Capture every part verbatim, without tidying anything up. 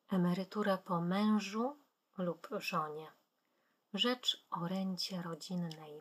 Emeryturę po mężu lub żonie. Rzecz o rencie rodzinnej.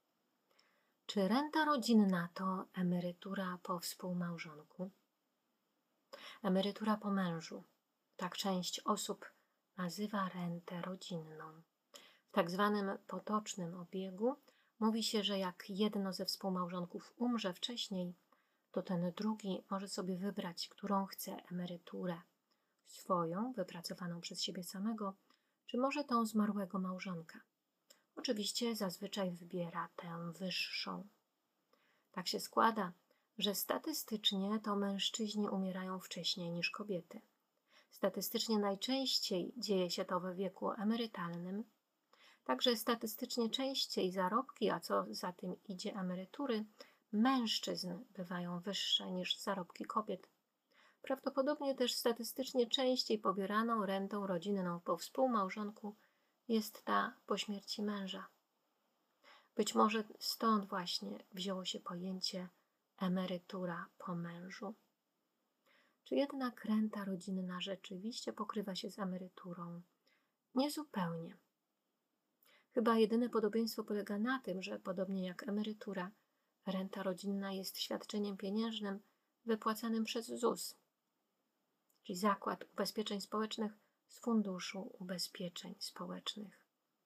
Czy renta rodzinna to emerytura po współmałżonku? Emerytura po mężu. Tak część osób nazywa rentę rodzinną. W tak zwanym potocznym obiegu mówi się, że jak jedno ze współmałżonków umrze wcześniej, to ten drugi może sobie wybrać, którą chce emeryturę. Swoją, wypracowaną przez siebie samego, czy może tą zmarłego małżonka. Oczywiście zazwyczaj wybiera tę wyższą. Tak się składa, że statystycznie to mężczyźni umierają wcześniej niż kobiety. Statystycznie najczęściej dzieje się to we wieku emerytalnym. Także statystycznie częściej zarobki, a co za tym idzie emerytury, mężczyzn bywają wyższe niż zarobki kobiet. Prawdopodobnie też statystycznie częściej pobieraną rentą rodzinną po współmałżonku jest ta po śmierci męża. Być może stąd właśnie wzięło się pojęcie emerytura po mężu. Czy jednak renta rodzinna rzeczywiście pokrywa się z emeryturą? Niezupełnie. Chyba jedyne podobieństwo polega na tym, że podobnie jak emerytura, renta rodzinna jest świadczeniem pieniężnym wypłacanym przez Z U S, czyli Zakład Ubezpieczeń Społecznych z Funduszu Ubezpieczeń Społecznych.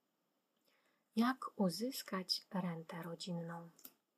Jak uzyskać rentę rodzinną?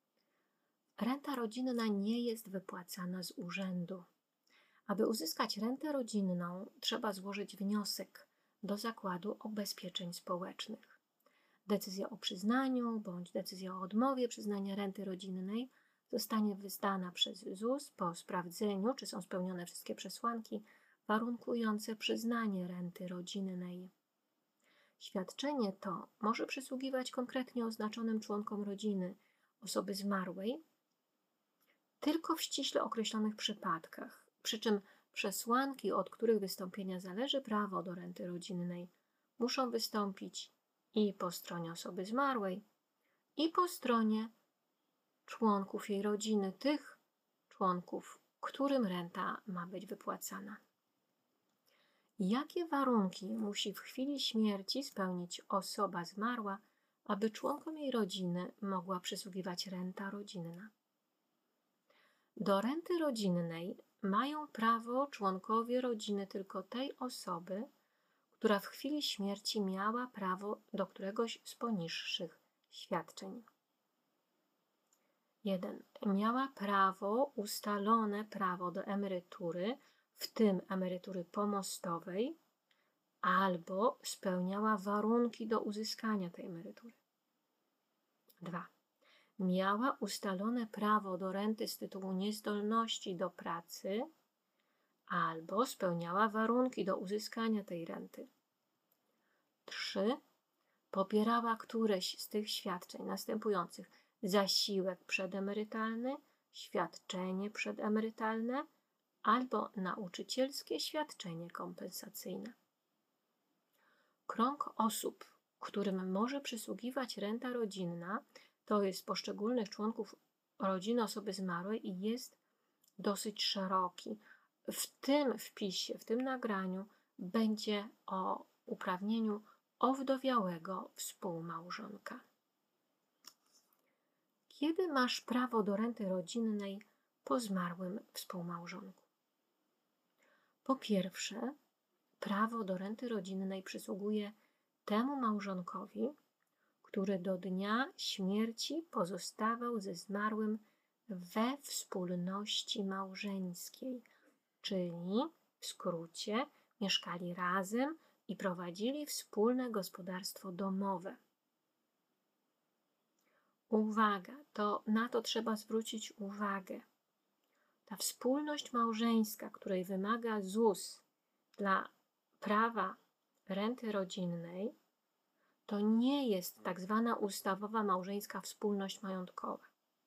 Renta rodzinna nie jest wypłacana z urzędu. Aby uzyskać rentę rodzinną, trzeba złożyć wniosek do Zakładu Ubezpieczeń Społecznych. Decyzja o przyznaniu bądź decyzja o odmowie przyznania renty rodzinnej zostanie wydana przez Z U S po sprawdzeniu, czy są spełnione wszystkie przesłanki warunkujące przyznanie renty rodzinnej. Świadczenie to może przysługiwać konkretnie oznaczonym członkom rodziny osoby zmarłej tylko w ściśle określonych przypadkach, przy czym przesłanki, od których wystąpienia zależy prawo do renty rodzinnej, muszą wystąpić i po stronie osoby zmarłej, i po stronie członków jej rodziny, tych członków, którym renta ma być wypłacana. Jakie warunki musi w chwili śmierci spełnić osoba zmarła, aby członkom jej rodziny mogła przysługiwać renta rodzinna? Do renty rodzinnej mają prawo członkowie rodziny tylko tej osoby, która w chwili śmierci miała prawo do któregoś z poniższych świadczeń. jeden. Miała prawo, ustalone prawo do emerytury, w tym emerytury pomostowej, albo spełniała warunki do uzyskania tej emerytury. dwa. Miała ustalone prawo do renty z tytułu niezdolności do pracy, albo spełniała warunki do uzyskania tej renty. trzy. Pobierała któreś z tych świadczeń następujących: zasiłek przedemerytalny, świadczenie przedemerytalne albo nauczycielskie świadczenie kompensacyjne. Krąg osób, którym może przysługiwać renta rodzinna, to jest poszczególnych członków rodziny osoby zmarłej i jest dosyć szeroki. W tym wpisie, w tym nagraniu będzie o uprawnieniu owdowiałego współmałżonka. Kiedy masz prawo do renty rodzinnej po zmarłym współmałżonku? Po pierwsze, prawo do renty rodzinnej przysługuje temu małżonkowi, który do dnia śmierci pozostawał ze zmarłym we wspólności małżeńskiej, czyli w skrócie mieszkali razem i prowadzili wspólne gospodarstwo domowe. Uwaga, to na to trzeba zwrócić uwagę. Ta wspólność małżeńska, której wymaga Z U S dla prawa renty rodzinnej, to nie jest tak zwana ustawowa małżeńska wspólność majątkowa.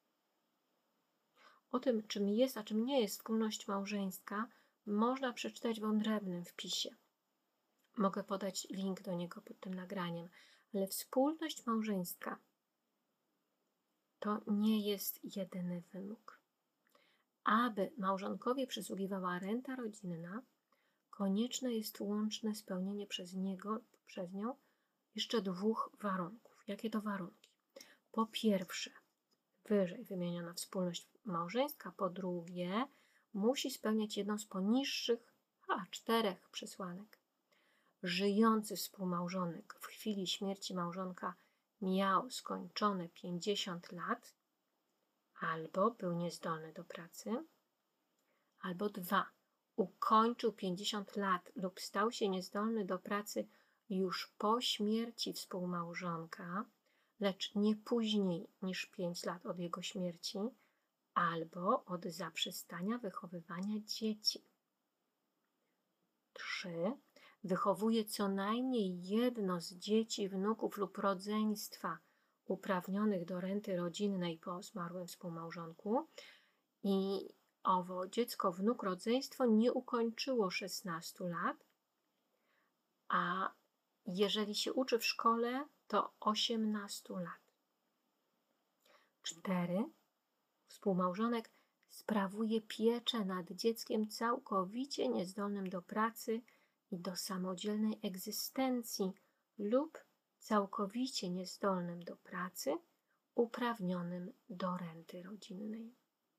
O tym, czym jest, a czym nie jest wspólność małżeńska, można przeczytać w odrębnym wpisie. Mogę podać link do niego pod tym nagraniem, ale wspólność małżeńska to nie jest jedyny wymóg. Aby małżonkowi przysługiwała renta rodzinna, konieczne jest łączne spełnienie przez niego, przez nią jeszcze dwóch warunków. Jakie to warunki? Po pierwsze, wyżej wymieniona wspólność małżeńska, po drugie, musi spełniać jedną z poniższych a, czterech przesłanek. Żyjący współmałżonek w chwili śmierci małżonka miał skończone pięćdziesiąt lat, albo był niezdolny do pracy, albo dwa, ukończył pięćdziesiąt lat lub stał się niezdolny do pracy już po śmierci współmałżonka, lecz nie później niż pięć lat od jego śmierci, albo od zaprzestania wychowywania dzieci. trzy. Wychowuje co najmniej jedno z dzieci, wnuków lub rodzeństwa uprawnionych do renty rodzinnej po zmarłym współmałżonku i owo dziecko, wnuk, rodzeństwo nie ukończyło szesnastu lat, a jeżeli się uczy w szkole, to osiemnastu lat. cztery. Współmałżonek sprawuje pieczę nad dzieckiem całkowicie niezdolnym do pracy i do samodzielnej egzystencji lub całkowicie niezdolnym do pracy, uprawnionym do renty rodzinnej.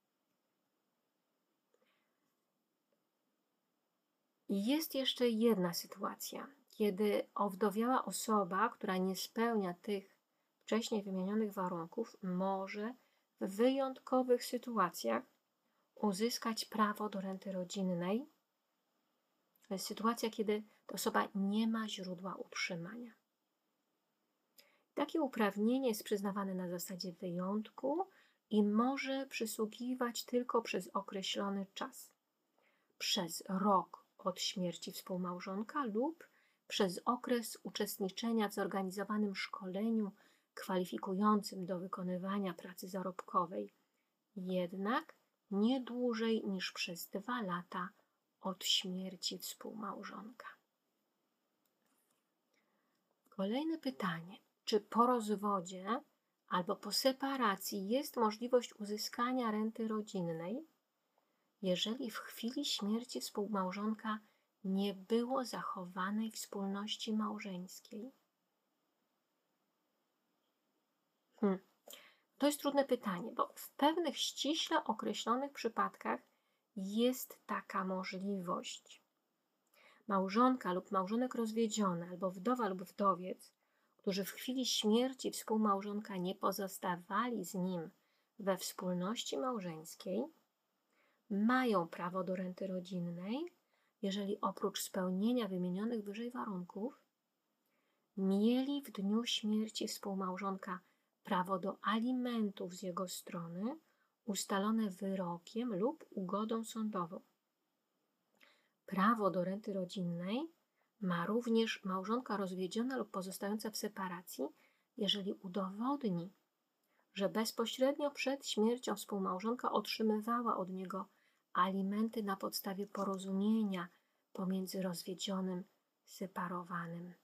Jest jeszcze jedna sytuacja, kiedy owdowiała osoba, która nie spełnia tych wcześniej wymienionych warunków, może w wyjątkowych sytuacjach uzyskać prawo do renty rodzinnej. To jest sytuacja, kiedy ta osoba nie ma źródła utrzymania. Takie uprawnienie jest przyznawane na zasadzie wyjątku i może przysługiwać tylko przez określony czas. Przez rok od śmierci współmałżonka lub przez okres uczestniczenia w zorganizowanym szkoleniu kwalifikującym do wykonywania pracy zarobkowej, jednak nie dłużej niż przez dwa lata od śmierci współmałżonka. Kolejne pytanie. Czy po rozwodzie albo po separacji jest możliwość uzyskania renty rodzinnej, jeżeli w chwili śmierci współmałżonka nie było zachowanej wspólności małżeńskiej? Hmm. To jest trudne pytanie, bo w pewnych ściśle określonych przypadkach jest taka możliwość. Małżonka lub małżonek rozwiedziony, albo wdowa lub wdowiec, którzy w chwili śmierci współmałżonka nie pozostawali z nim we wspólności małżeńskiej, mają prawo do renty rodzinnej, jeżeli oprócz spełnienia wymienionych wyżej warunków mieli w dniu śmierci współmałżonka prawo do alimentów z jego strony ustalone wyrokiem lub ugodą sądową. Prawo do renty rodzinnej ma również małżonka rozwiedziona lub pozostająca w separacji, jeżeli udowodni, że bezpośrednio przed śmiercią współmałżonka otrzymywała od niego alimenty na podstawie porozumienia pomiędzy rozwiedzionym, separowanym.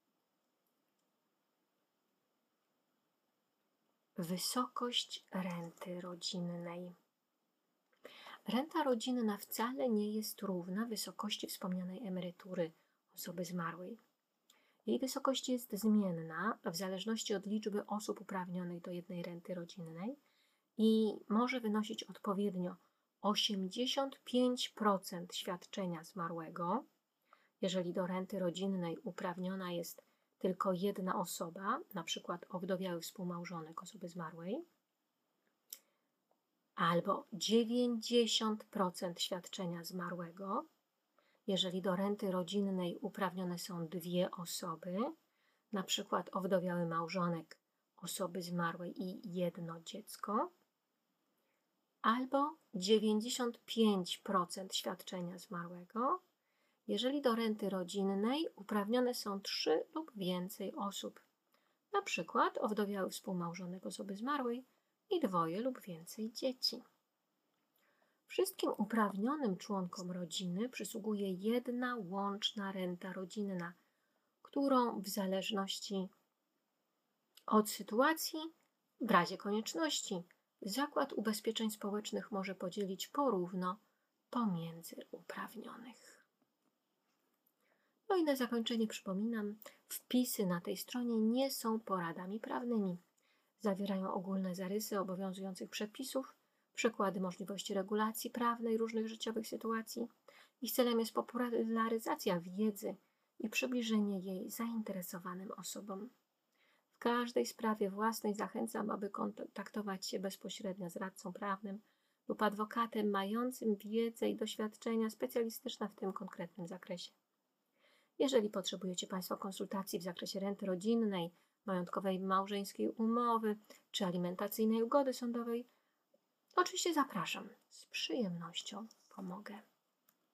Wysokość renty rodzinnej. Renta rodzinna wcale nie jest równa wysokości wspomnianej emerytury osoby zmarłej. Jej wysokość jest zmienna w zależności od liczby osób uprawnionych do jednej renty rodzinnej i może wynosić odpowiednio osiemdziesiąt pięć procent świadczenia zmarłego, jeżeli do renty rodzinnej uprawniona jest tylko jedna osoba, na przykład owdowiały współmałżonek osoby zmarłej, albo dziewięćdziesiąt procent świadczenia zmarłego, jeżeli do renty rodzinnej uprawnione są dwie osoby, na przykład owdowiały małżonek osoby zmarłej i jedno dziecko, albo dziewięćdziesiąt pięć procent świadczenia zmarłego, jeżeli do renty rodzinnej uprawnione są trzy lub więcej osób, na przykład owdowiały współmałżonek osoby zmarłej i dwoje lub więcej dzieci. Wszystkim uprawnionym członkom rodziny przysługuje jedna łączna renta rodzinna, którą w zależności od sytuacji, w razie konieczności, Zakład Ubezpieczeń Społecznych może podzielić porówno pomiędzy uprawnionych. No i na zakończenie przypominam, wpisy na tej stronie nie są poradami prawnymi. Zawierają ogólne zarysy obowiązujących przepisów, przykłady możliwości regulacji prawnej różnych życiowych sytuacji. Ich celem jest popularyzacja wiedzy i przybliżenie jej zainteresowanym osobom. W każdej sprawie własnej zachęcam, aby kontaktować się bezpośrednio z radcą prawnym lub adwokatem mającym wiedzę i doświadczenia specjalistyczne w tym konkretnym zakresie. Jeżeli potrzebujecie Państwo konsultacji w zakresie renty rodzinnej, majątkowej małżeńskiej umowy czy alimentacyjnej ugody sądowej, oczywiście zapraszam. Z przyjemnością pomogę.